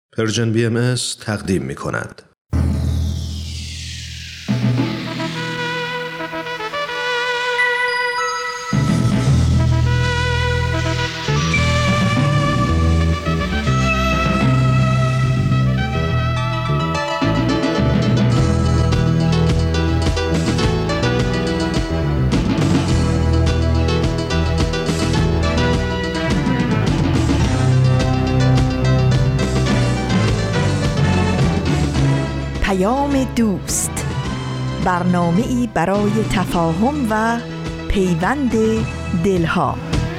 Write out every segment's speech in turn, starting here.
پرژن BMS تقدیم می‌کند. دوست، برنامه‌ای برای تفاهم و پیوند دلها.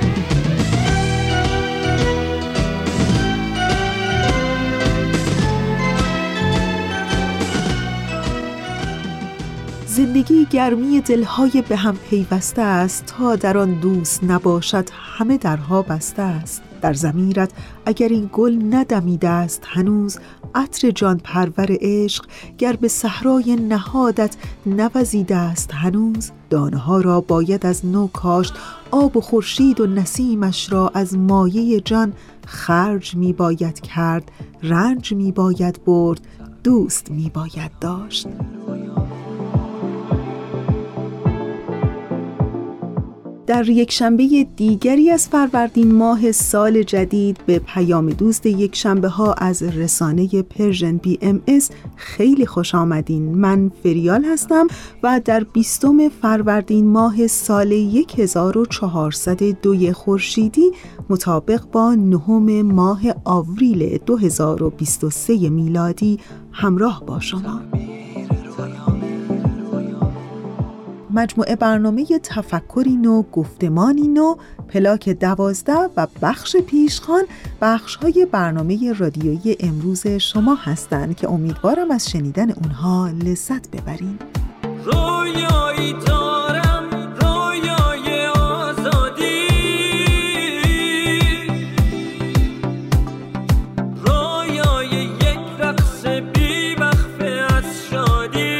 زندگی گرمی دلهای به هم پیوسته است، تا در آن دوست نباشد همه درها بسته است. در ضمیرت اگر این گل ندمیده است هنوز، عطر جان پرور عشق گر به صحرای نهادت نوزیده است هنوز، دانه ها را باید از نو کاشت، آب و خورشید و نسیمش را از مایه جان خرج می باید کرد، رنج می باید برد، دوست می باید داشت. در یک شنبه دیگری از فروردین ماه سال جدید به پیام دوست یک شنبه ها از رسانه پرژن BMS خیلی خوش آمدین. من فریال هستم و در 20 فروردین ماه سال 1402 خورشیدی مطابق با 9 ماه آوریل 2023 میلادی همراه با شما. مجموعه برنامه تفکری نو، گفتمانی نو، پلاک 12 و بخش پیشخوان بخش‌های برنامه رادیویی امروز شما هستند که امیدوارم از شنیدن اونها لذت ببرین. رویایی دارم، رویای آزادی، رویای یک رقص بی وقفه از شادی،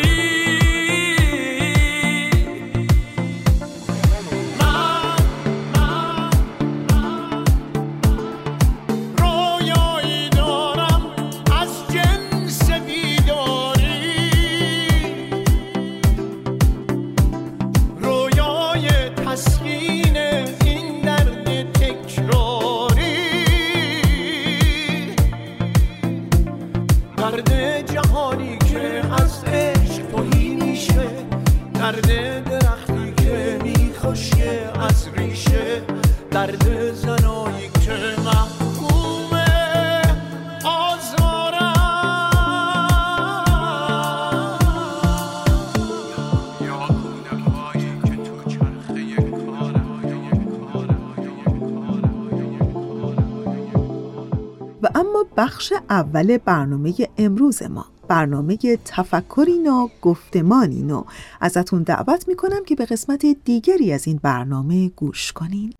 بخش اول برنامه امروز ما، برنامه تفکری نو، گفتمانی نو، ازتون دعوت میکنم که به قسمت دیگری از این برنامه گوش کنین.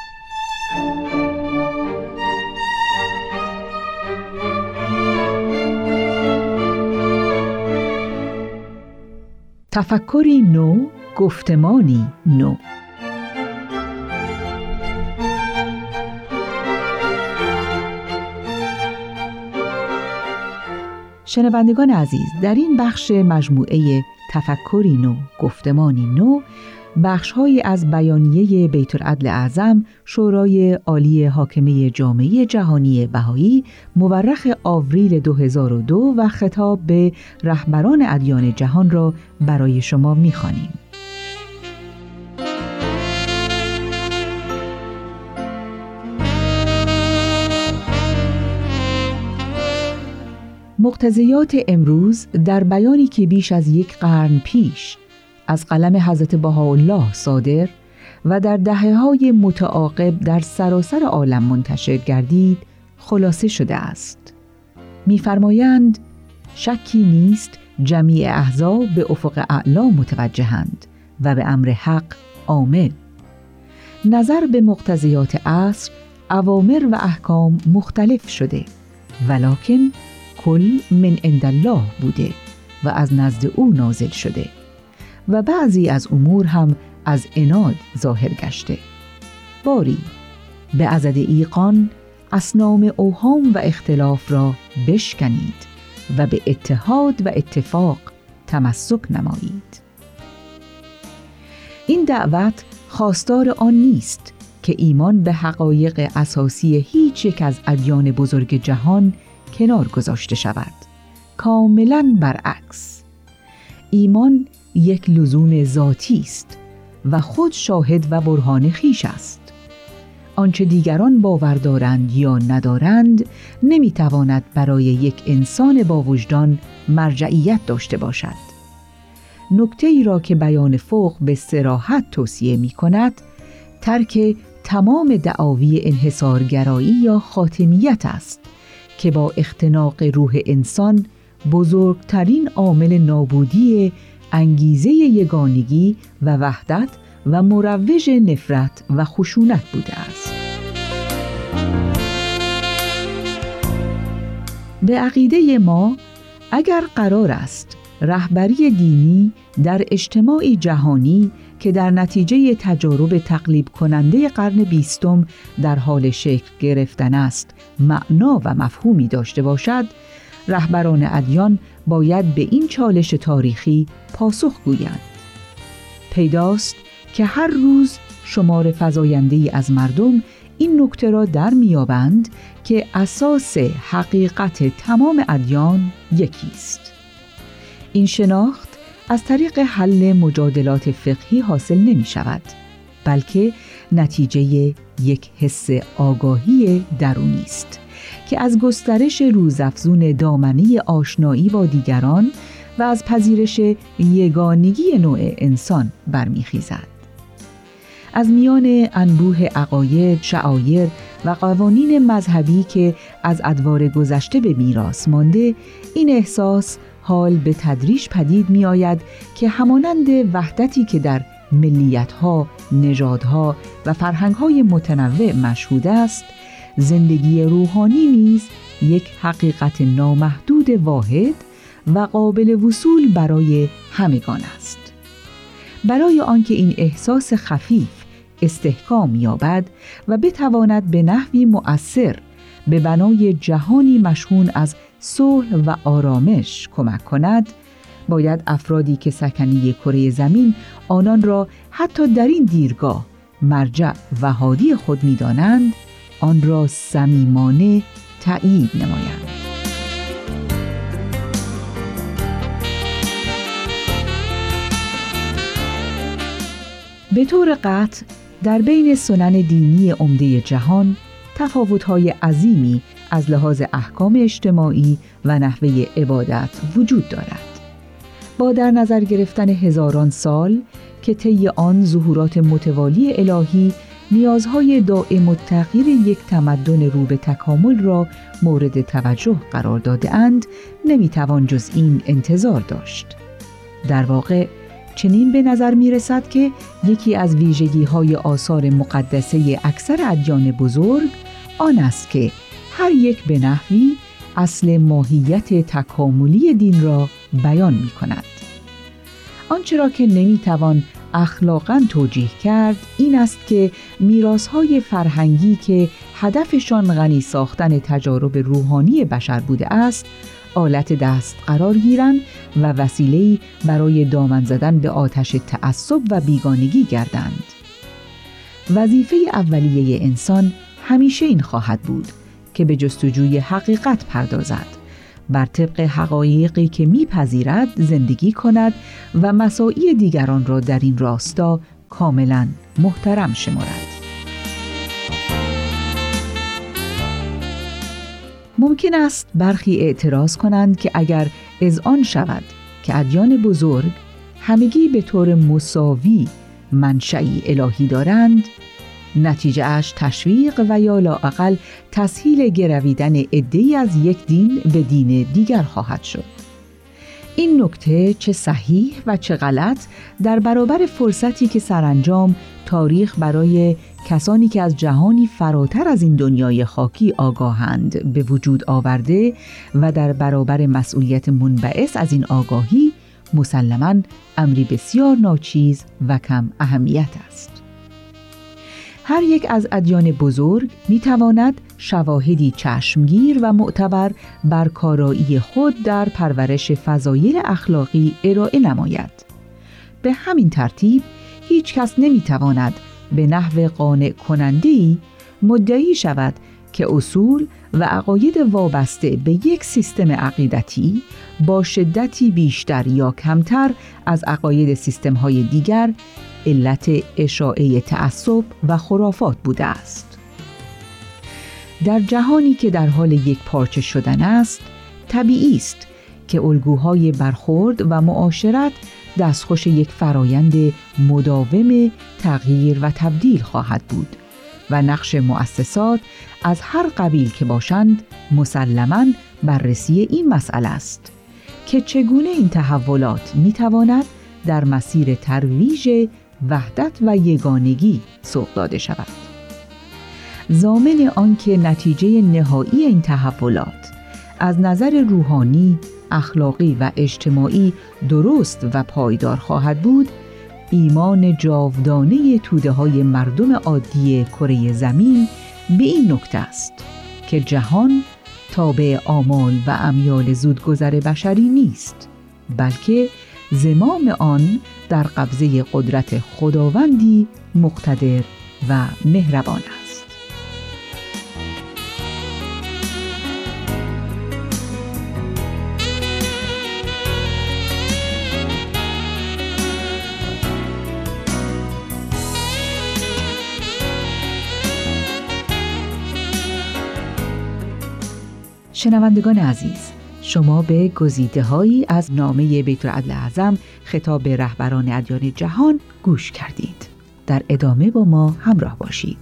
تفکری نو، گفتمانی نو. شنوندگان عزیز، در این بخش مجموعه تفکری نو، گفتمانی نو، بخش‌هایی از بیانیه بیت العدل اعظم شورای عالی حاکمه جامعه جهانی بهایی مورخ آوریل 2002 و خطاب به رهبران ادیان جهان را برای شما می‌خوانیم. مقتضیات امروز در بیانی که بیش از 1 قرن پیش از قلم حضرت بهاءالله صادر و در دهه‌های متعاقب در سراسر عالم منتشر گردید خلاصه شده است. می‌فرمایند شکی نیست جمیع احزاب به افق اعلا متوجهند و به امر حق عامل. نظر به مقتضیات عصر اوامر و احکام مختلف شده، ولکن کل من عند الله بوده و از نزد او نازل شده و بعضی از امور هم از عناد ظاهر گشته. باری به عزد ایقان اصنام اوهام و اختلاف را بشکنید و به اتحاد و اتفاق تمسک نمایید. این دعوت خواستار آن نیست که ایمان به حقایق اساسی هیچ یک از ادیان بزرگ جهان کنار گذاشته شود. کاملاً برعکس. ایمان یک لزوم ذاتی است و خود شاهد و برهان خویش است. آنچه دیگران باور دارند یا ندارند نمیتواند برای یک انسان با وجدان مرجعیت داشته باشد. نکته ای را که بیان فوق به صراحت توصیه می کند ترک تمام دعاوی انحصارگرایی یا خاتمیت است که با اختناق روح انسان بزرگترین عامل نابودی انگیزه یگانگی و وحدت و مروج نفرت و خشونت بوده است. به عقیده ما اگر قرار است رهبری دینی در اجتماعی جهانی که در نتیجه تجارب تقلیب کننده قرن 20 در حال شکل گرفتن است معنا و مفهومی داشته باشد، رهبران ادیان باید به این چالش تاریخی پاسخ گویند. پیداست که هر روز شمار فزاینده‌ای از مردم این نکته را در می‌یابند که اساس حقیقت تمام ادیان یکی است. این شناخت از طریق حل مجادلات فقهی حاصل نمی شود، بلکه نتیجه یک حس آگاهی درونی است که از گسترش روزافزون دامنه آشنایی با دیگران و از پذیرش یگانگی نوع انسان برمیخیزد. از میان انبوه عقاید، شعائر و قوانین مذهبی که از ادوار گذشته به میراث مانده، این احساس حال به تدریج پدید می آید که همانند وحدتی که در ملیت‌ها، نژادها و فرهنگ‌های متنوع مشهود است، زندگی روحانی نیز یک حقیقت نامحدود واحد و قابل وصول برای همگان است. برای آنکه این احساس خفیف استحکام یابد و بتواند به نحوی مؤثر به بنای جهانی مشهون از صلح و آرامش کمک کند، باید افرادی که سکنی کره زمین آنان را حتی در این دیرگاه مرجع و هادی خود می‌دانند، آن را صمیمانه تأیید نمایند. به طور قطع در بین سنن دینی عمده جهان تفاوت‌های عظیمی از لحاظ احکام اجتماعی و نحوه عبادت وجود دارد. با در نظر گرفتن هزاران سال که طی آن ظهورات متوالی الهی نیازهای دائم التغییر یک تمدن رو به تکامل را مورد توجه قرار داده اند، نمیتوان جز این انتظار داشت. در واقع چنین به نظر می رسد که یکی از ویژگی‌های آثار مقدسه اکثر ادیان بزرگ آن است که هر یک به نحوی اصل ماهیت تکاملی دین را بیان می کند. آنچه را که نمی توان اخلاقاً توجیه کرد این است که میراث‌های فرهنگی که هدفشان غنی ساختن تجارب روحانی بشر بوده است، آلت دست قرار گیرند و وسیله‌ای برای دامن زدن به آتش تعصب و بیگانگی گردند. وظیفه اولیه انسان همیشه این خواهد بود که به جستجوی حقیقت پردازد، بر طبق حقایقی که میپذیرد زندگی کند و مساعی دیگران را در این راستا کاملا محترم شمارد. ممکن است برخی اعتراض کنند که اگر اذعان شود که ادیان بزرگ همگی به طور مساوی منشأی الهی دارند، نتیجه اش تشویق و یا لااقل تسهیل گرویدن عده‌ای از یک دین به دین دیگر خواهد شد. این نکته چه صحیح و چه غلط در برابر فرصتی که سرانجام تاریخ برای کسانی که از جهانی فراتر از این دنیای خاکی آگاهند به وجود آورده و در برابر مسئولیت منبعث از این آگاهی مسلماً امری بسیار ناچیز و کم اهمیت است. هر یک از ادیان بزرگ می‌تواند شواهدی چشمگیر و معتبر بر کارایی خود در پرورش فضایل اخلاقی ارائه نماید. به همین ترتیب هیچ کس نمی‌تواند به نحو قانع کننده‌ای مدعی شود که اصول و عقاید وابسته به یک سیستم عقیدتی با شدتی بیشتر یا کمتر از عقاید سیستم‌های دیگر علت اشاعه تعصب و خرافات بوده است. در جهانی که در حال یک پارچه شدن است، طبیعی است که الگوهای برخورد و معاشرت دستخوش یک فرایند مداوم تغییر و تبدیل خواهد بود و نقش مؤسسات از هر قبیل که باشند مسلماً بررسی این مسئله است که چگونه این تحولات می‌تواند در مسیر ترویج وحدت و یگانگی سوق داده شود. ضامن آنکه نتیجه نهایی این تحولات از نظر روحانی، اخلاقی و اجتماعی درست و پایدار خواهد بود، ایمان جاودانه توده‌های مردم عادی کره زمین به این نکته است که جهان تابع آمال و امیال زودگذر بشری نیست، بلکه زمام آن در قبضه قدرت خداوندی مقتدر و مهربان است. شنوندگان عزیز، شما به گزیده‌هایی از نامه بیت‌العدل اعظم خطاب به رهبران ادیان جهان گوش کردید. در ادامه با ما همراه باشید.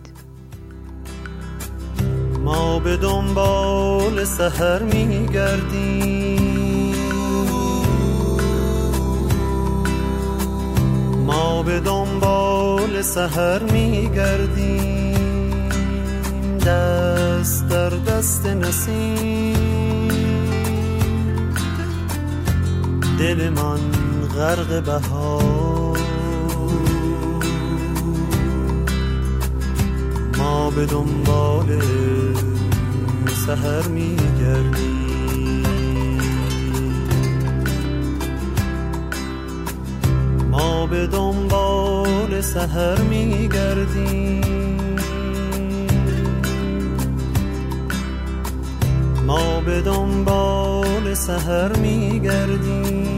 ما به دنبال سحر می‌گردیم، ما به دنبال سحر می‌گردیم، دست در دست نسیم، دل من غرق بهار، ما به دنبال سحر می‌گردیم، ما به دنبال سحر می‌گردیم، ما به دنبال سحر می‌گردیم،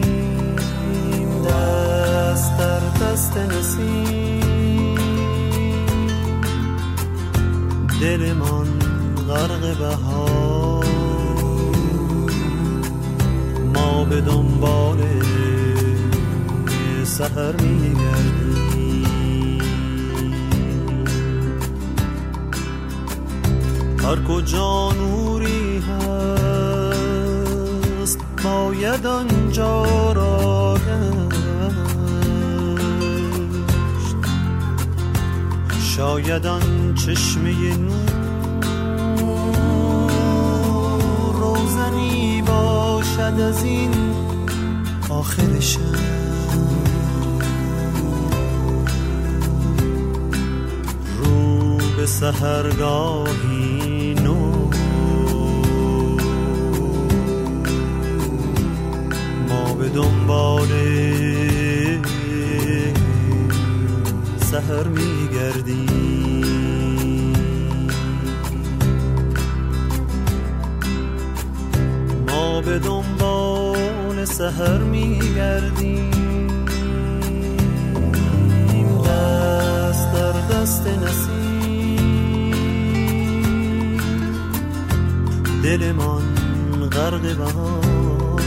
دست در دست نسیم، دل من غرق بهار، ما به دنبال سحر می‌گردیم. هر کجا نوری هست باید آنجا را گشت، شاید آن چشمه نور روزنی باشد از این آخر شب، رو به سحرگاهی نو، ما به دنبال سحر می‌گردیم، ما به دنبال سحر می‌گردیم، دست در دست نسیم، دل من غرق بهار،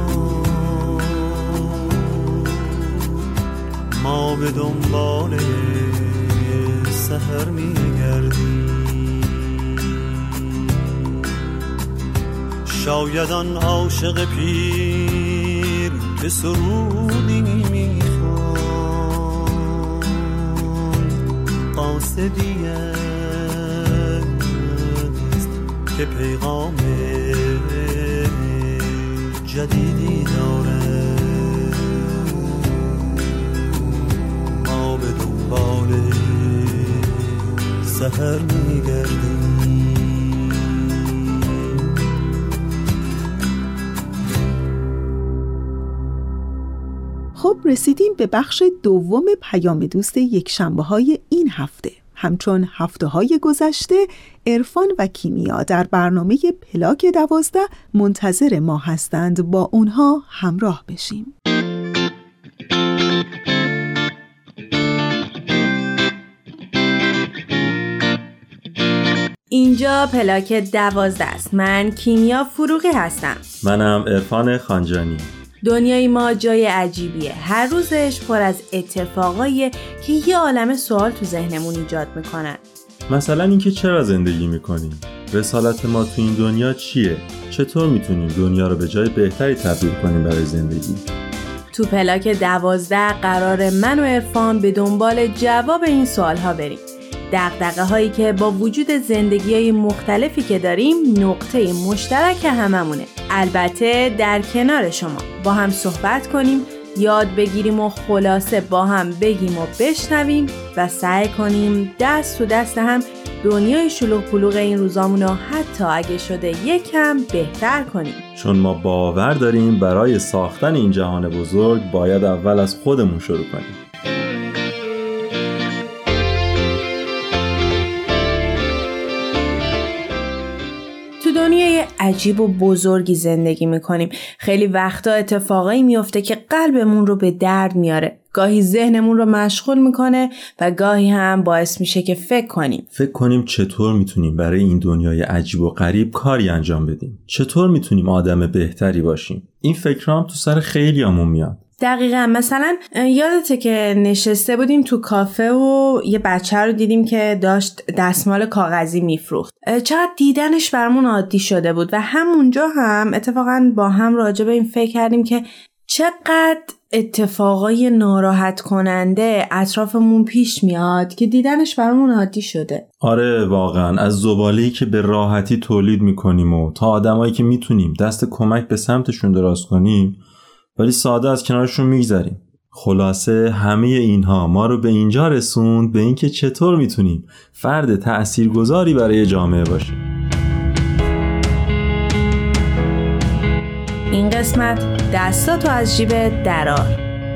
ما به دنبال سحر می‌گردیم. شاید آن عاشق پیر که سرودی می‌خواند قاصدی است که پیغام جدیدی دارد، ما به دنبال سحر میگردیم. خب رسیدیم به بخش دوم پیام دوست یک شنبه‌های این هفته. همچون هفته‌های گذشته، عرفان و کیمیا در برنامه پلاک 12 منتظر ما هستند. با اونها همراه بشیم. اینجا پلاک 12 است. من کیمیا فروغی هستم. منم عرفان خانجانی. دنیای ما جای عجیبیه. هر روزش پر از اتفاقاییه که یه عالمه سوال تو ذهنمون ایجاد میکنن. مثلا اینکه چرا زندگی میکنیم؟ رسالت ما تو این دنیا چیه؟ چطور میتونیم دنیا رو به جای بهتری تبدیل کنیم برای زندگی؟ تو پلاک 12 قرار من و عرفان به دنبال جواب این سوالها بریم. دغدغه هایی که با وجود زندگی‌های مختلفی که داریم نقطه مشترک هممونه. البته در کنار شما با هم صحبت کنیم، یاد بگیریم و خلاصه با هم بگیم و بشنویم و سعی کنیم دست تو دست هم دنیای شلوغ پلوغ این روزامون رو حتی اگه شده یکم بهتر کنیم. چون ما باور داریم برای ساختن این جهان بزرگ باید اول از خودمون شروع کنیم. دنیای عجیب و بزرگی زندگی میکنیم. خیلی وقتا اتفاقایی میفته که قلبمون رو به درد میاره. گاهی ذهنمون رو مشغول میکنه و گاهی هم باعث میشه که فکر کنیم چطور میتونیم برای این دنیای عجیب و غریب کاری انجام بدیم. چطور میتونیم آدم بهتری باشیم. این فکرام هم تو سر خیلیامون میاد. دقیقاً. مثلا یادته که نشسته بودیم تو کافه و یه بچه رو دیدیم که داشت دستمال کاغذی میفروخت. چقدر دیدنش برامون عادی شده بود و همونجا هم اتفاقاً با هم راجع به این فکر کردیم که چقدر اتفاقای ناراحت کننده اطرافمون پیش میاد که دیدنش برامون عادی شده. آره واقعاً، از زباله‌ای که به راحتی تولید میکنیم و تا آدمایی که میتونیم دست کمک به سمتشون دراز کنیم ولی ساده از کنارشون میگذریم. خلاصه همه اینها ما رو به اینجا رسوند، به اینکه چطور میتونیم فرد تأثیرگذاری برای جامعه باشیم. این قسمت دستاتو از جیبت درار.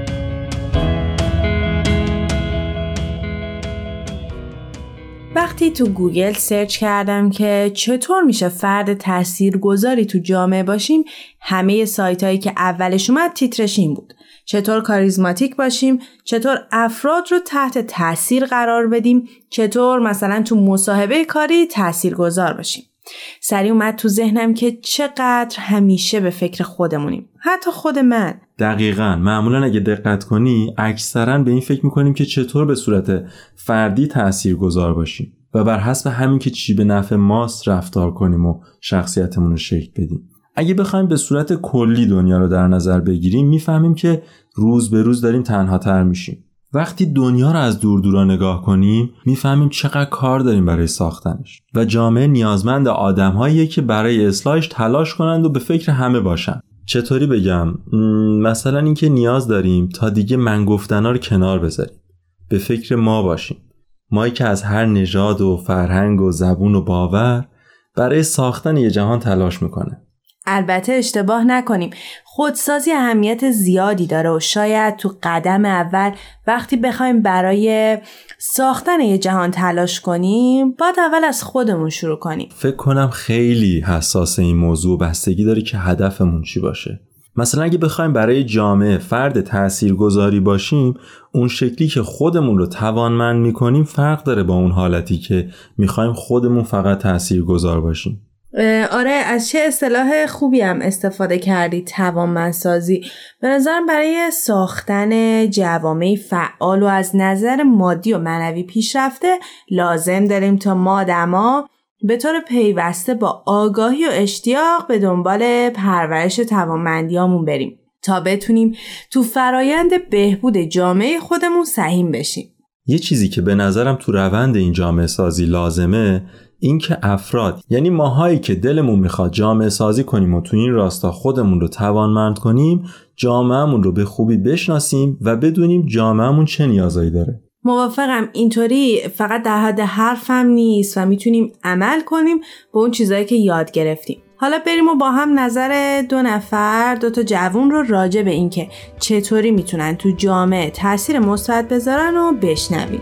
وقتی تو گوگل سرچ کردم که چطور میشه فرد تاثیرگذاری تو جامعه باشیم، همه سایت هایی که اولش اومد تیترش این بود: چطور کاریزماتیک باشیم، چطور افراد رو تحت تاثیر قرار بدیم، چطور مثلا تو مصاحبه کاری تاثیرگذار باشیم. سریع اومد تو ذهنم که چقدر همیشه به فکر خودمونیم، حتی خود من. دقیقاً. معمولاً اگه دقت کنی اکثراً به این فکر میکنیم که چطور به صورت فردی تاثیرگذار باشیم و بر حسب همین که چی به نفع ماست رفتار کنیم و شخصیتمون رو شکل بدیم. اگه بخوایم به صورت کلی دنیا رو در نظر بگیریم میفهمیم که روز به روز داریم تنها تر میشیم. وقتی دنیا رو از دور دورا نگاه کنیم میفهمیم چقدر کار داریم برای ساختنش و جامعه نیازمند آدم‌هاییه که برای اصلاحش تلاش کنند و به فکر همه باشن. چطوری بگم؟ مثلا اینکه نیاز داریم تا دیگه من گفتنا رو کنار بذاریم، به فکر ما باشیم، مایی که از هر نژاد و فرهنگ و زبون و باور برای ساختن یه جهان تلاش میکنه. البته اشتباه نکنیم، خودسازی اهمیت زیادی داره و شاید تو قدم اول وقتی بخوایم برای ساختن یه جهان تلاش کنیم باید اول از خودمون شروع کنیم. فکر کنم خیلی حساس این موضوع، بستگی داره که هدفمون چی باشه. مثلا اگه بخوایم برای جامعه فرد تاثیرگذاری باشیم، اون شکلی که خودمون رو توانمند میکنیم فرق داره با اون حالتی که میخوایم خودمون فقط تاثیرگذار باشیم. آره، از چه اصطلاح خوبی هم استفاده کردی، توانمندسازی. به نظرم برای ساختن جوامعی فعال و از نظر مادی و معنوی پیشرفته لازم داریم تا ما آدما به طور پیوسته با آگاهی و اشتیاق به دنبال پرورش توانمندیامون بریم تا بتونیم تو فرایند بهبود جامعه خودمون سهیم بشیم. یه چیزی که به نظرم تو روند این جامعه سازی لازمه این که افراد، یعنی ماهایی که دلمون میخواد جامعه سازی کنیم و تو این راستا خودمون رو توانمند کنیم، جامعهمون رو به خوبی بشناسیم و بدونیم جامعهمون چه نیازایی داره. موافقم. اینطوری فقط در حد حرفم نیست و میتونیم عمل کنیم به اون چیزایی که یاد گرفتیم. حالا بریم و با هم نظر دو تا جوون رو راجع به این که چطوری میتونن تو جامعه تاثیر مثبت بذارن و بشنویم.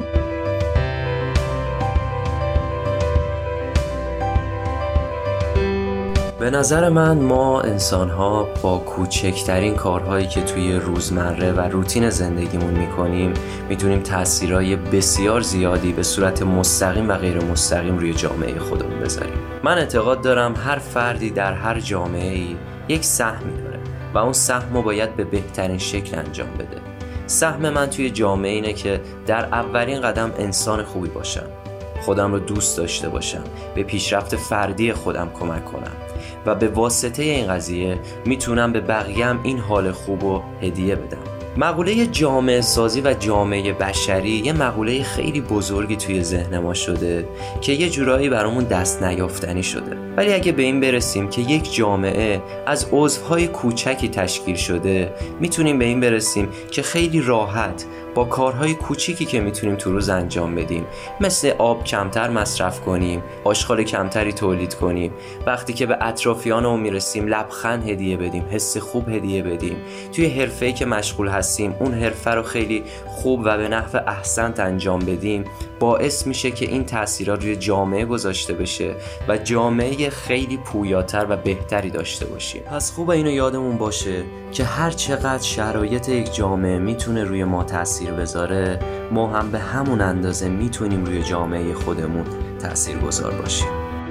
به نظر من ما انسان‌ها با کوچکترین کارهایی که توی روزمره و روتین زندگیمون می‌کنیم میتونیم تأثیرای بسیار زیادی به صورت مستقیم و غیر مستقیم روی جامعه خودمون بذاریم. من اعتقاد دارم هر فردی در هر جامعه‌ای یک سهمی داره و اون سهم رو باید به بهترین شکل انجام بده. سهم من توی جامعه اینه که در اولین قدم انسان خوبی باشم، خودم رو دوست داشته باشم، به پیشرفت فردی خودم کمک کنم و به واسطه این قضیه میتونم به بقیه‌ام این حال خوب رو هدیه بدم. مقوله جامعه سازی و جامعه بشری یه مقوله خیلی بزرگی توی ذهن ما شده که یه جورایی برامون دست نیافتنی شده، ولی اگه به این برسیم که یک جامعه از عضوهای کوچکی تشکیل شده میتونیم به این برسیم که خیلی راحت با کارهای کوچیکی که میتونیم تو روز انجام بدیم، مثل آب کمتر مصرف کنیم، آشغال کمتری تولید کنیم، وقتی که به اطرافیانمون میرسیم لبخند هدیه بدیم، حس خوب هدیه بدیم، توی حرفه‌ای که مشغول هستیم اون حرفه رو خیلی خوب و به نحو احسنت انجام بدیم، باعث میشه که این تأثیرات روی جامعه گذاشته بشه و جامعه خیلی پویاتر و بهتری داشته باشیم. پس خوبه اینو یادمون باشه که هر چقدر شرایط یک جامعه میتونه روی ما تأثیر بذاره، ما هم به همون اندازه میتونیم روی جامعه خودمون تأثیرگذار باشیم.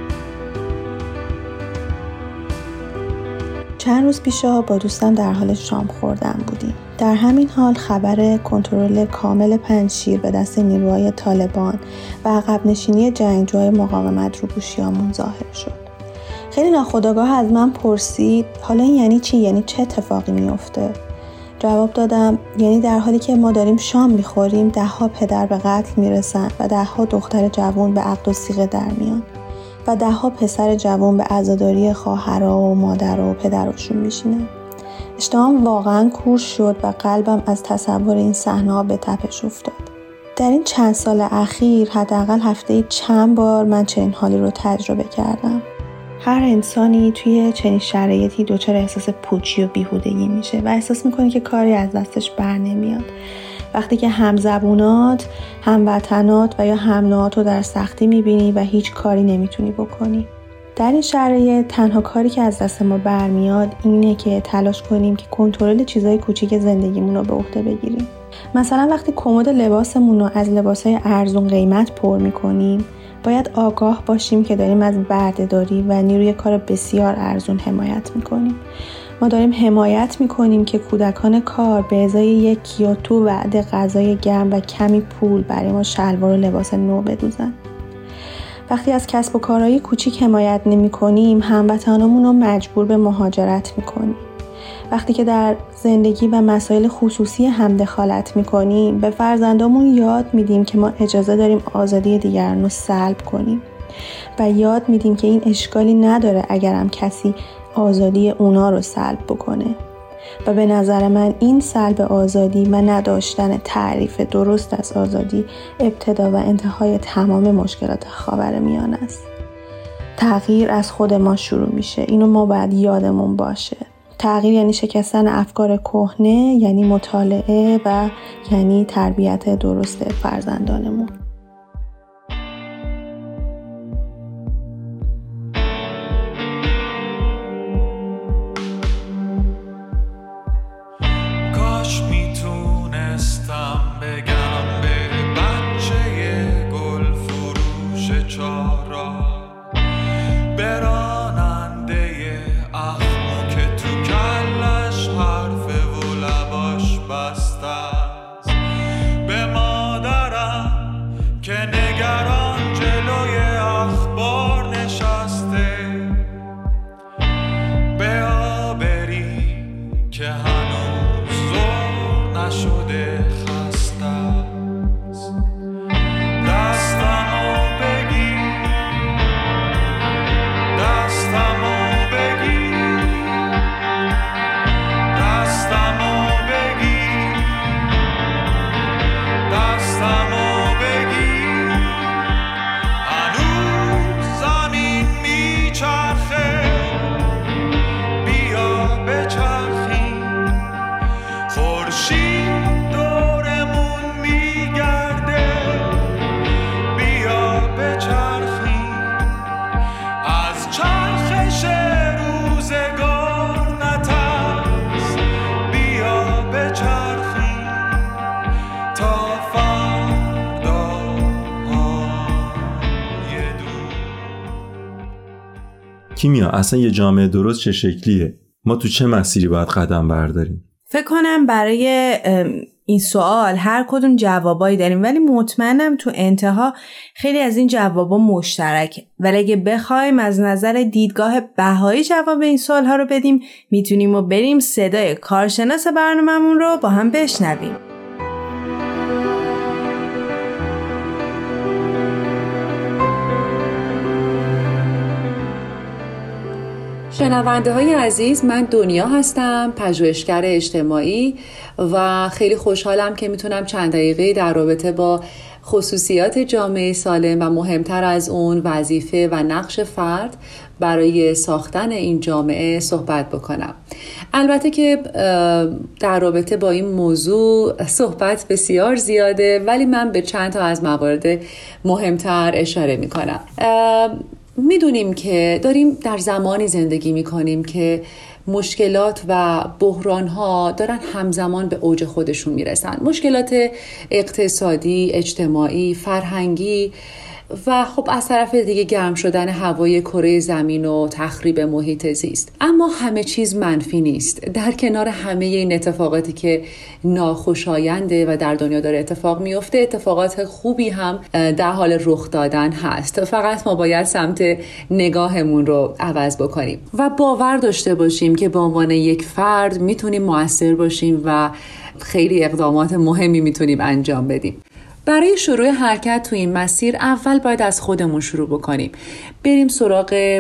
چند روز پیش با دوستم در حال شام خوردن بودیم. در همین حال خبر کنترل کامل پنجشیر به دست نیروهای طالبان و عقب نشینی جنگجوهای مقاومت رو گوشیامون ظاهر شد. خیلی ناخودآگاه از من پرسید حالا این یعنی چی؟ یعنی چه اتفاقی میفته؟ جواب دادم یعنی در حالی که ما داریم شام میخوریم 10 پدر به قتل میرسن و 10 دختر جوان به عقد و صیغه در میان و 10 پسر جوان به عزاداری خواهرها و مادر و پدرشون میشینن. اشتهام واقعا کور شد و قلبم از تصور این صحنه‌ها به تپش افتاد. در این چند سال اخیر حداقل هفته‌ای چند بار من چنین حالی رو تجربه کردم. هر انسانی توی چنین شرایطی دچار احساس پوچی و بیهودگی میشه و احساس میکنه که کاری از دستش بر نمیاد. وقتی که همزبونات، هموطنات و یا همنوعات رو در سختی میبینی و هیچ کاری نمیتونی بکنی. در این شرایط تنها کاری که از دست ما برمیاد اینه که تلاش کنیم که کنترل چیزای کوچیک زندگیمون رو به عهده بگیریم. مثلا وقتی کمد لباسمون رو از لباسای ارزون قیمت پر میکنیم، باید آگاه باشیم که داریم از بردهداری و نیروی کار بسیار ارزون حمایت میکنیم. ما داریم حمایت میکنیم که کودکان کار به ازای یک کیلو وعده غذای گرم و کمی پول برای ما شلوار و لباس نو بدوزن. وقتی از کسب و کارهای کوچیک حمایت نمی‌کنیم، هموطنامون رو مجبور به مهاجرت می‌کنیم. وقتی که در زندگی و مسائل خصوصی هم دخالت می‌کنیم، به فرزندامون یاد میدیم که ما اجازه داریم آزادی دیگران رو سلب کنیم و یاد میدیم که این اشکالی نداره اگرم کسی آزادی اونا رو سلب بکنه. و به نظر من این سلب آزادی و نداشتن تعریف درست از آزادی ابتدا و انتهای تمام مشکلات خاورمیانه است. تغییر از خود ما شروع میشه. اینو ما باید یادمون باشه. تغییر یعنی شکستن افکار کهنه، یعنی مطالعه و یعنی تربیت درست فرزندانمون. کیمیا، اصلا یه جامعه درست چه شکلیه؟ ما تو چه مسیری باید قدم برداریم؟ فکر کنم برای این سوال هر کدوم جوابایی داریم، ولی مطمئنم تو انتها خیلی از این جوابا مشترکه. ولی اگه بخوایم از نظر دیدگاه بهایی جواب این سوالها رو بدیم، میتونیم و بریم صدای کارشناس برنامه‌مون رو با هم بشنویم. شنونده های عزیز، من دنیا هستم، پژوهشگر اجتماعی و خیلی خوشحالم که میتونم چند دقیقه در رابطه با خصوصیات جامعه سالم و مهمتر از اون وظیفه و نقش فرد برای ساختن این جامعه صحبت بکنم. البته که در رابطه با این موضوع صحبت بسیار زیاده، ولی من به چند تا از موارد مهمتر اشاره میکنم. میدونیم که داریم در زمانی زندگی میکنیم که مشکلات و بحرانها دارن همزمان به اوج خودشون میرسن. مشکلات اقتصادی، اجتماعی، فرهنگی و خب از طرف دیگه گرم شدن هوای کره زمین و تخریب محیط زیست. اما همه چیز منفی نیست. در کنار همه این اتفاقاتی که ناخوشاینده و در دنیا داره اتفاق میفته، اتفاقات خوبی هم در حال رخ دادن هست. فقط ما باید سمت نگاهمون رو عوض بکنیم و باور داشته باشیم که به عنوان یک فرد میتونیم مؤثر باشیم و خیلی اقدامات مهمی میتونیم انجام بدیم. برای شروع حرکت تو این مسیر اول باید از خودمون شروع بکنیم. بریم سراغ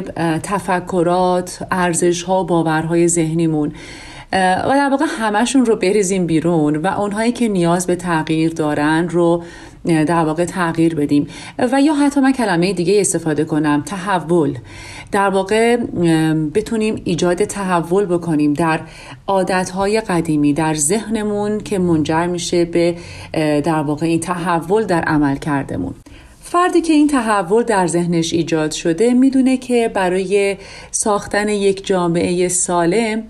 تفکرات، ارزش‌ها و باورهای ذهنیمون و در واقع همشون رو بریزیم بیرون و اونهایی که نیاز به تغییر دارن رو در واقع تغییر بدیم. و یا حتی من کلمه دیگه استفاده کنم، تحول. در واقع بتونیم ایجاد تحول بکنیم در عادتهای قدیمی در ذهنمون که منجر میشه به در واقع این تحول در عمل کردمون. فردی که این تحول در ذهنش ایجاد شده میدونه که برای ساختن یک جامعه سالم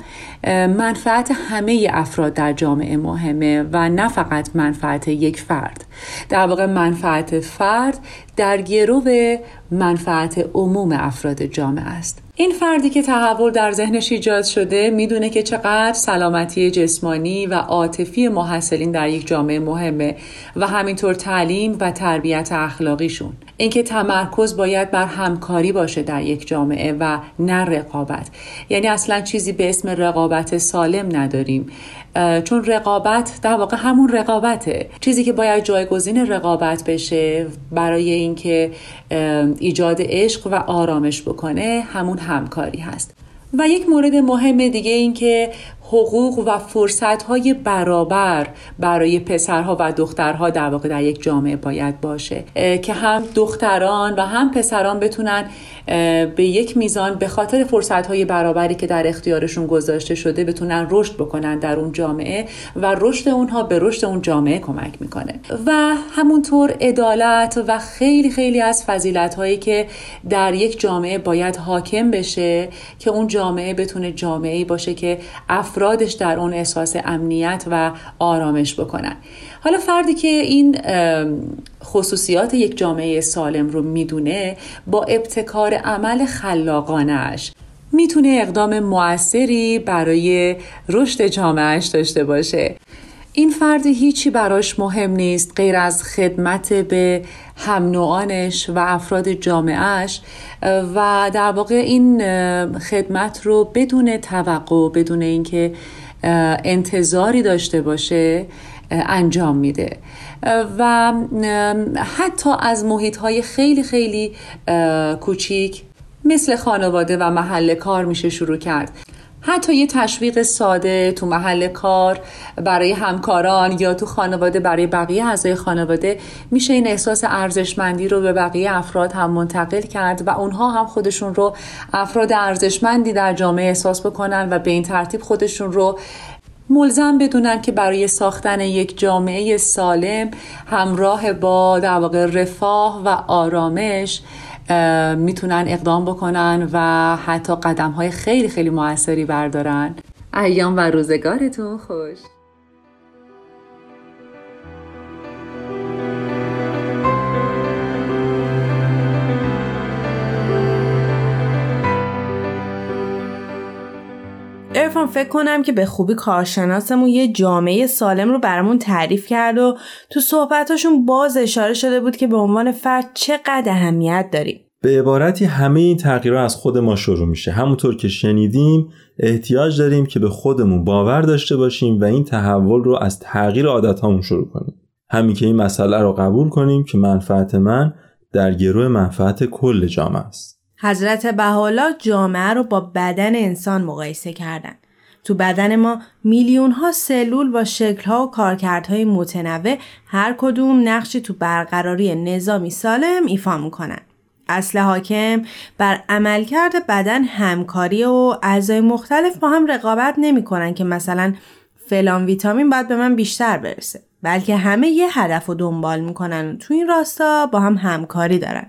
منفعت همه افراد در جامعه مهمه و نه فقط منفعت یک فرد. در واقع منفعت فرد در گرو منفعت عموم افراد جامعه است. این فردی که تحول در ذهنش ایجاد شده میدونه که چقدر سلامتی جسمانی و عاطفی محصلین در یک جامعه مهمه و همینطور تعلیم و تربیت اخلاقیشون. اینکه تمرکز باید بر همکاری باشه در یک جامعه و نه رقابت. یعنی اصلا چیزی به اسم رقابت سالم نداریم، چون رقابت در واقع همون رقابته. چیزی که باید جایگزین رقابت بشه برای اینکه ایجاد عشق و آرامش بکنه همون همکاری هست. و یک مورد مهم دیگه این که حقوق و فرصت‌های برابر برای پسرها و دخترها در واقع در یک جامعه باید باشه که هم دختران و هم پسران بتونن به یک میزان به خاطر فرصت‌های برابری که در اختیارشون گذاشته شده بتونن رشد بکنن در اون جامعه و رشد اونها به رشد اون جامعه کمک میکنه. و همونطور عدالت و خیلی خیلی از فضیلت‌هایی که در یک جامعه باید حاکم بشه که اون جامعه بتونه جامعه‌ای باشه که افرادش در اون احساس امنیت و آرامش بکنن. حالا فردی که این خصوصیات یک جامعه سالم رو میدونه، با ابتکار عمل خلاقانه‌اش میتونه اقدام مؤثری برای رشد جامعهش داشته باشه. این فرد هیچی براش مهم نیست غیر از خدمت به هم نوعانش و افراد جامعهش و در واقع این خدمت رو بدون توقع، بدون اینکه انتظاری داشته باشه انجام میده و حتی از محیط‌های خیلی خیلی کوچیک مثل خانواده و محل کار میشه شروع کرد. حتی یه تشویق ساده تو محل کار برای همکاران یا تو خانواده برای بقیه اعضای خانواده میشه این احساس ارزشمندی رو به بقیه افراد هم منتقل کرد و اونها هم خودشون رو افراد ارزشمندی در جامعه احساس بکنن و به این ترتیب خودشون رو ملزم بدونن که برای ساختن یک جامعه سالم همراه با در واقع رفاه و آرامش میتونن اقدام بکنن و حتی قدم‌های خیلی خیلی موثری بردارن. ایام و روزگارتون خوش. عرفان فکر کنم که به خوبی کارشناسمون یه جامعه سالم رو برامون تعریف کرد و تو صحبتاشون باز اشاره شده بود که به عنوان فرد چقدر اهمیت داریم. به عبارتی همه این تغییرها از خود ما شروع میشه. همونطور که شنیدیم احتیاج داریم که به خودمون باور داشته باشیم و این تحول رو از تغییر عادتامون شروع کنیم. همین که این مسئله رو قبول کنیم که منفعت من در گروه منفعت کل جامعه است. حضرت بهاءالله جامعه رو با بدن انسان مقایسه کردن. تو بدن ما میلیون ها سلول با شکل ها و کارکردهای متنوع هر کدوم نقشی تو برقراری نظامی سالم ایفا میکنن. اصل حاکم بر عملکرد بدن همکاری و اعضای مختلف با هم رقابت نمیکنن که مثلا فلان ویتامین باید به من بیشتر برسه، بلکه همه یه هدف رو دنبال میکنن و تو این راستا با هم همکاری دارن.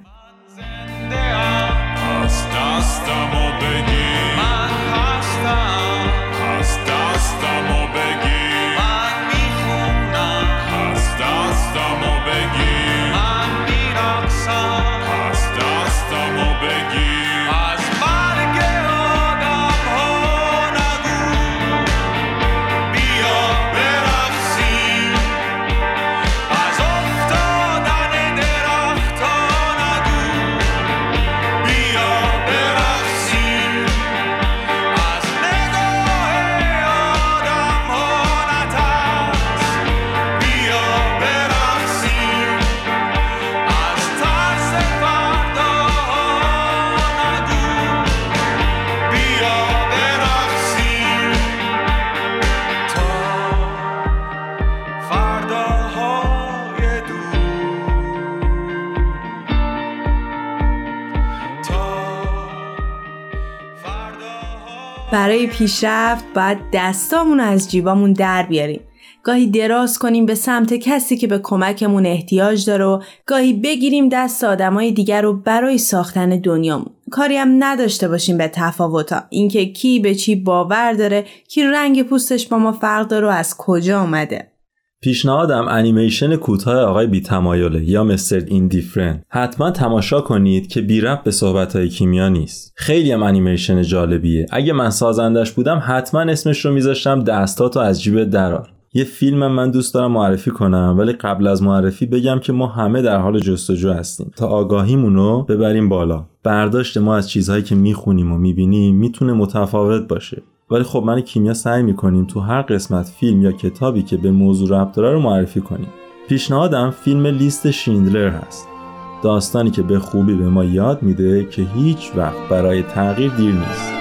برای پیشرفت باید دستامون رو از جیبامون در بیاریم. گاهی دراز کنیم به سمت کسی که به کمکمون احتیاج داره و گاهی بگیریم دست آدمای دیگر رو برای ساختن دنیامون. کاری هم نداشته باشیم به تفاوتا، اینکه کی به چی باور داره، کی رنگ پوستش با ما فرق داره و از کجا آمده. پیشنهادم انیمیشن کوتاه آقای بی‌تمایله یا مستر ایندیفرنت. حتما تماشا کنید که بی ربط به صحبت‌های کیمیا نیست. خیلی هم انیمیشن جالبیه. اگه من سازندش بودم حتما اسمش رو میذاشتم دستاتو از جیبت درار. یه فیلم من دوست دارم معرفی کنم، ولی قبل از معرفی بگم که ما همه در حال جستجو هستیم تا آگاهیمونو ببریم بالا. برداشت ما از چیزهایی که میخونیم و میبینیم میتونه متفاوت باشه، ولی خب من کیمیا سعی میکنیم تو هر قسمت فیلم یا کتابی که به موضوع ربط داره رو معرفی کنیم. پیشنهادم فیلم لیست شیندلر هست. داستانی که به خوبی به ما یاد میده که هیچ وقت برای تغییر دیر نیست.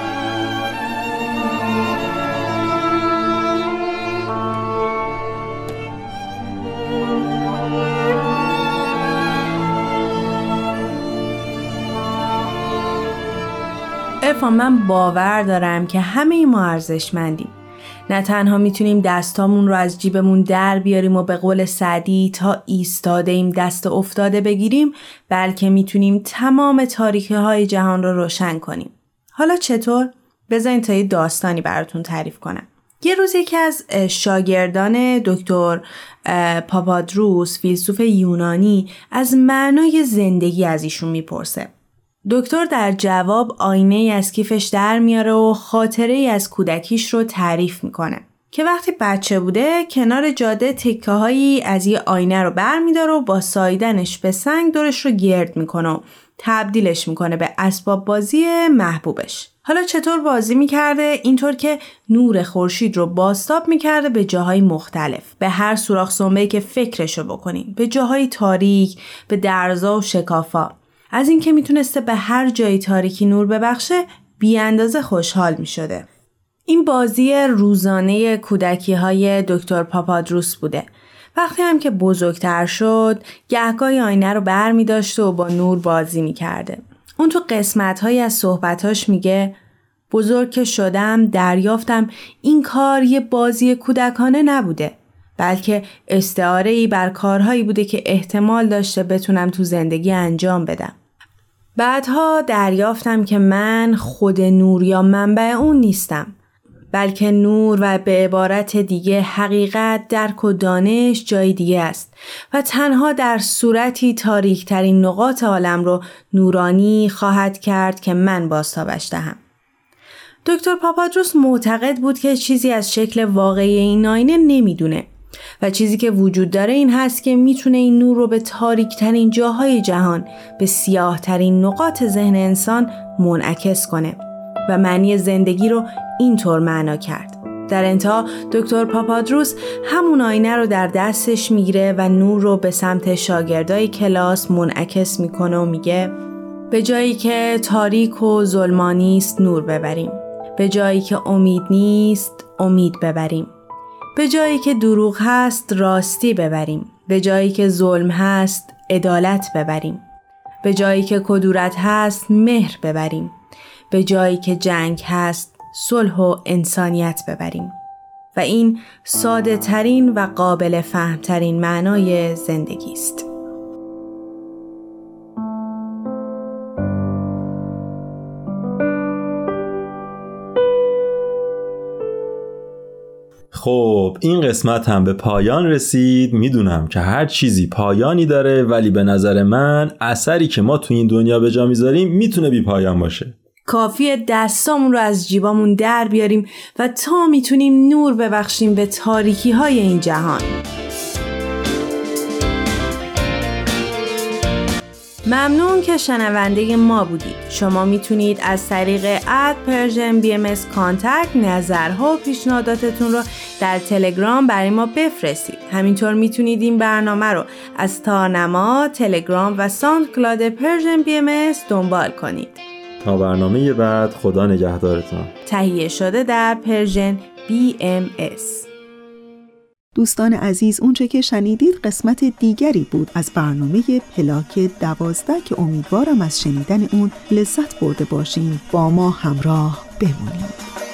من باور دارم که همه ما ارزشمندیم. نه تنها میتونیم دستامون رو از جیبمون در بیاریم و به قول سعدی تا ایستاده ایم دست افتاده بگیریم، بلکه میتونیم تمام تاریکی‌های جهان رو روشن کنیم. حالا چطور؟ بذارین تا یه داستانی براتون تعریف کنم. یه روز یکی از شاگردان دکتر پاپادروس، فیلسوف یونانی، از معنای زندگی از ایشون میپرسه. دکتر در جواب آینه از کیفش در میاره و خاطره ای از کودکیش رو تعریف میکنه که وقتی بچه بوده کنار جاده تکه هایی از یه آینه رو بر میداره و با ساییدنش به سنگ دورش رو گرد میکنه و تبدیلش میکنه به اسباب بازی محبوبش. حالا چطور بازی میکرده؟ اینطور که نور خورشید رو بازتاب میکرده به جاهای مختلف، به هر سوراخ سنبه‌ای که فکرشو بکنین، به جاهای تاریک، به درزا و شکافا. از این که میتونسته به هر جای تاریکی نور ببخشه بی اندازه خوشحال میشده. این بازی روزانه کودکی های دکتر پاپادروس بوده. وقتی هم که بزرگتر شد گهگاهی آینه رو بر می داشته و با نور بازی می کرده. اون تو قسمت های از صحبتاش میگه بزرگ که شدم دریافتم این کار یه بازی کودکانه نبوده، بلکه استعاره‌ای بر کارهایی بوده که احتمال داشته بتونم تو زندگی انجام بدم. بعدها دریافتم که من خود نور یا منبع اون نیستم، بلکه نور و به عبارت دیگه حقیقت، درک و دانش جای دیگه است و تنها در صورتی تاریک‌ترین نقاط عالم رو نورانی خواهد کرد که من بازتابش دهم. دکتر پاپادروس معتقد بود که چیزی از شکل واقعی این آینه نمیدونه و چیزی که وجود داره این هست که میتونه این نور رو به تاریک ترین جاهای جهان، به سیاه ترین نقاط ذهن انسان منعکس کنه و معنی زندگی رو اینطور معنا کرد. در انتها دکتر پاپادروس همون آینه رو در دستش میگیره و نور رو به سمت شاگردای کلاس منعکس میکنه و میگه به جایی که تاریک و ظلمانی است نور ببریم، به جایی که امید نیست امید ببریم، به جایی که دروغ هست راستی ببریم، به جایی که ظلم هست عدالت ببریم، به جایی که کدورت هست مهر ببریم، به جایی که جنگ هست صلح و انسانیت ببریم. و این ساده ترین و قابل فهم ترین معنای زندگی است. خب این قسمت هم به پایان رسید. میدونم که هر چیزی پایانی داره، ولی به نظر من اثری که ما تو این دنیا به جا میذاریم میتونه بی پایان باشه. کافیه دستامون رو از جیبامون در بیاریم و تا میتونیم نور ببخشیم به تاریکی های این جهان. ممنون که شنونده ما بودید. شما میتونید از طریق @PersianBMS کانتکت نظرها و پیشنهاداتتون رو در تلگرام برای ما بفرستید. همینطور میتونید این برنامه رو از تارنما، تلگرام و ساوندکلاود پرژن BMS دنبال کنید. تا برنامه بعد، خدا نگهدارتون. تهیه شده در پرژن BMS. دوستان عزیز، اونچه که شنیدید قسمت دیگری بود از برنامه پلاک 12 که امیدوارم از شنیدن اون لذت برده باشین. با ما همراه بمونید.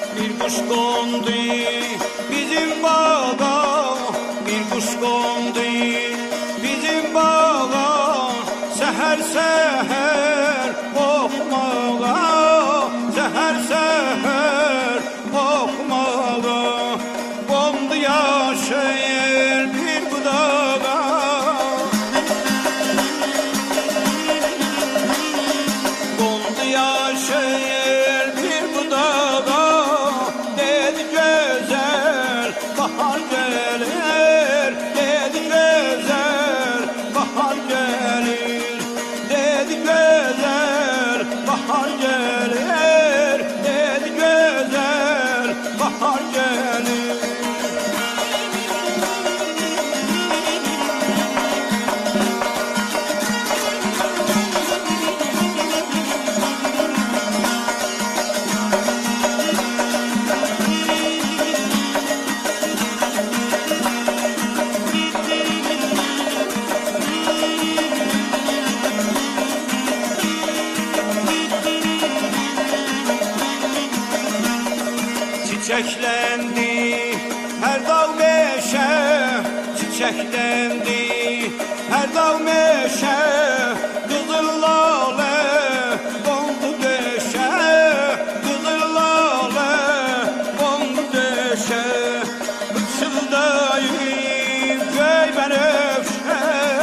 Çiçeklendi her dağ meşe, çiçeklendi her dağ meşe, kızıl lale kondu deşe, kızıl lale kondu deşe, bıçıldayım köy benefşe,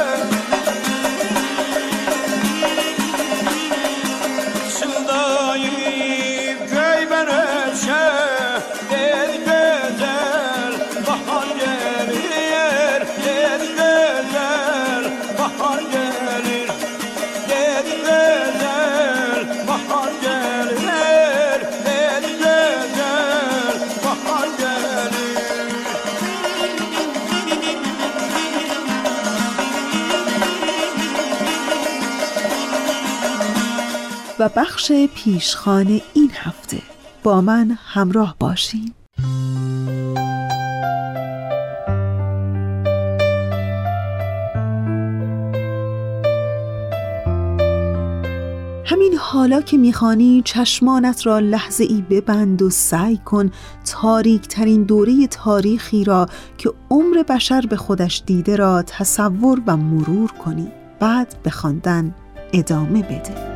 bıçıldayım köy benefşe. و بخش پیشخوان این هفته با من همراه باشین. همین حالا که میخوانی چشمانت را لحظه ای ببند و سعی کن تاریک ترین دوره تاریخی را که عمر بشر به خودش دیده را تصور و مرور کنی. بعد به خواندن ادامه بده.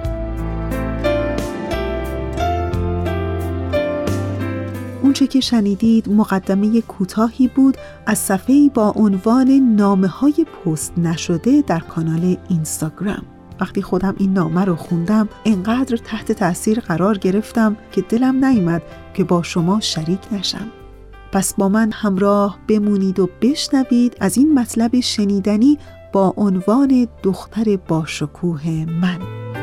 اونچه که شنیدید مقدمه کوتاهی بود از صفحه‌ای با عنوان نامه‌های پست نشده در کانال اینستاگرام. وقتی خودم این نامه رو خوندم اینقدر تحت تأثیر قرار گرفتم که دلم نیامد که با شما شریک نشم. پس با من همراه بمونید و بشنوید از این مطلب شنیدنی با عنوان دختر باشکوه من.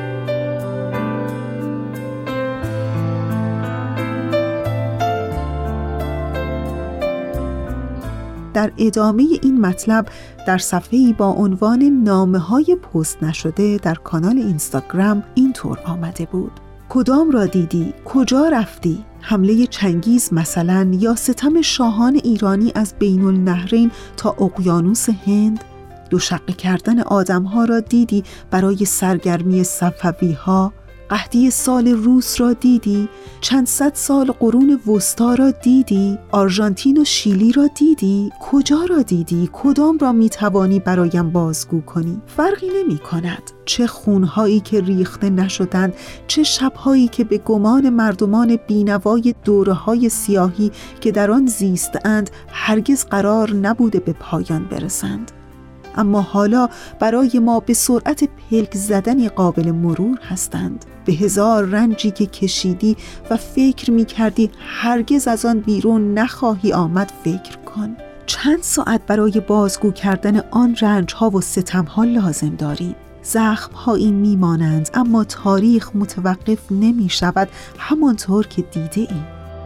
در ادامه این مطلب در صفحه‌ای با عنوان نامه‌های پست نشده در کانال اینستاگرام اینطور آمده بود: کدام را دیدی؟ کجا رفتی؟ حمله چنگیز مثلا، یا ستم شاهان ایرانی از بین النهرین تا اقیانوس هند؟ دوشقه کردن آدم‌ها را دیدی برای سرگرمی صفوی‌ها؟ قحطی سال روس را دیدی؟ چند صد سال قرون وسطا را دیدی؟ آرژانتین و شیلی را دیدی؟ کجا را دیدی؟ کدام را میتوانی برایم بازگو کنی؟ فرقی نمی کند. چه خونهایی که ریخته نشدند، چه شبهایی که به گمان مردمان بینوای دوره‌های سیاهی که در آن زیستند هرگز قرار نبوده به پایان برسند. اما حالا برای ما به سرعت پلک زدنی قابل مرور هستند. به هزار رنجی که کشیدی و فکر می کردی هرگز از آن بیرون نخواهی آمد فکر کن. چند ساعت برای بازگو کردن آن رنج‌ها و ستم‌ها لازم داریم. زخم‌هایی می‌مانند اما تاریخ متوقف نمی شود، همانطور که دیده ایم.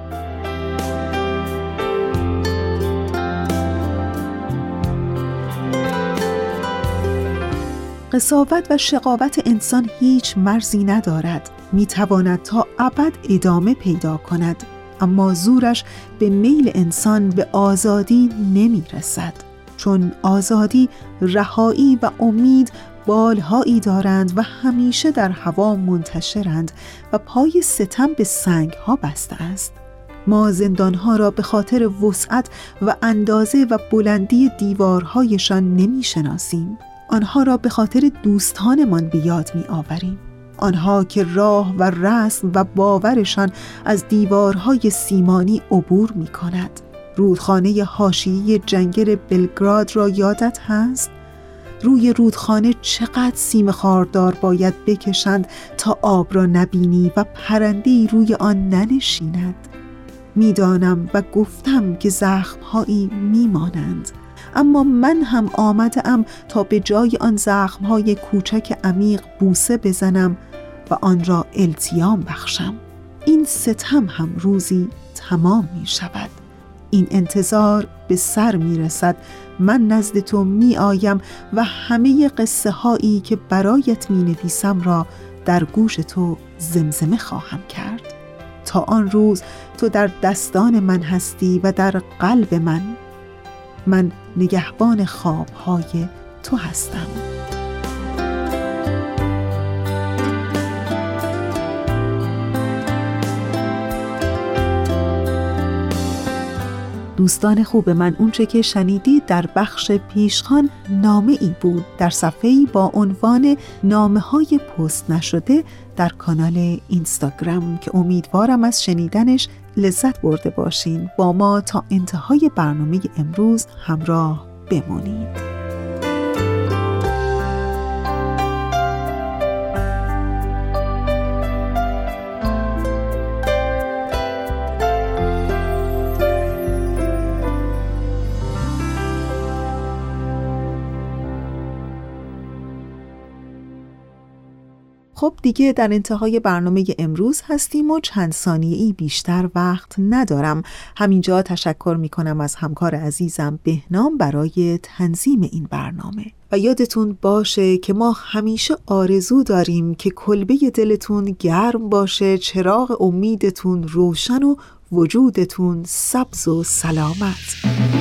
قساوت و شقاوت انسان هیچ مرزی ندارد. میتواند تا ابد ادامه پیدا کند، اما زورش به میل انسان به آزادی نمیرسد، چون آزادی، رهایی و امید بالهایی دارند و همیشه در هوا منتشرند و پای ستم به سنگها بسته است. ما زندانها را به خاطر وسعت و اندازه و بلندی دیوارهایشان نمیشناسیم. آنها را به خاطر دوستانمان به یاد می آوریم. آنها که راه و رسم و باورشان از دیوارهای سیمانی عبور می کند. رودخانه حاشیه‌ای جنگل بلگراد را یادت هست؟ روی رودخانه چقدر سیم خاردار باید بکشند تا آب را نبینی و پرنده‌ای روی آن ننشیند. میدانم و گفتم که زخم‌هایی میمانند، اما من هم آمدم تا به جای آن زخم‌های کوچک عمیق بوسه بزنم و آن را التیام بخشم. این ستم هم روزی تمام می شود. این انتظار به سر می رسد. من نزد تو می آیم و همه قصه هایی که برایت می نویسم را در گوش تو زمزمه خواهم کرد. تا آن روز تو در دستان من هستی و در قلب من نگهبان خوابهای تو هستم. دوستان خوب من، اونچه که شنیدید در بخش پیشخوان نامه ای بود در صفحه‌ای با عنوان نامه‌های پست نشده در کانال اینستاگرام که امیدوارم از شنیدنش لذت برده باشین. با ما تا انتهای برنامه امروز همراه بمونید. خب دیگه در انتهای برنامه امروز هستیم و چند ثانیه‌ای بیشتر وقت ندارم. همینجا تشکر میکنم از همکار عزیزم بهنام برای تنظیم این برنامه. و یادتون باشه که ما همیشه آرزو داریم که کلبه دلتون گرم باشه، چراغ امیدتون روشن و وجودتون سبز و سلامت.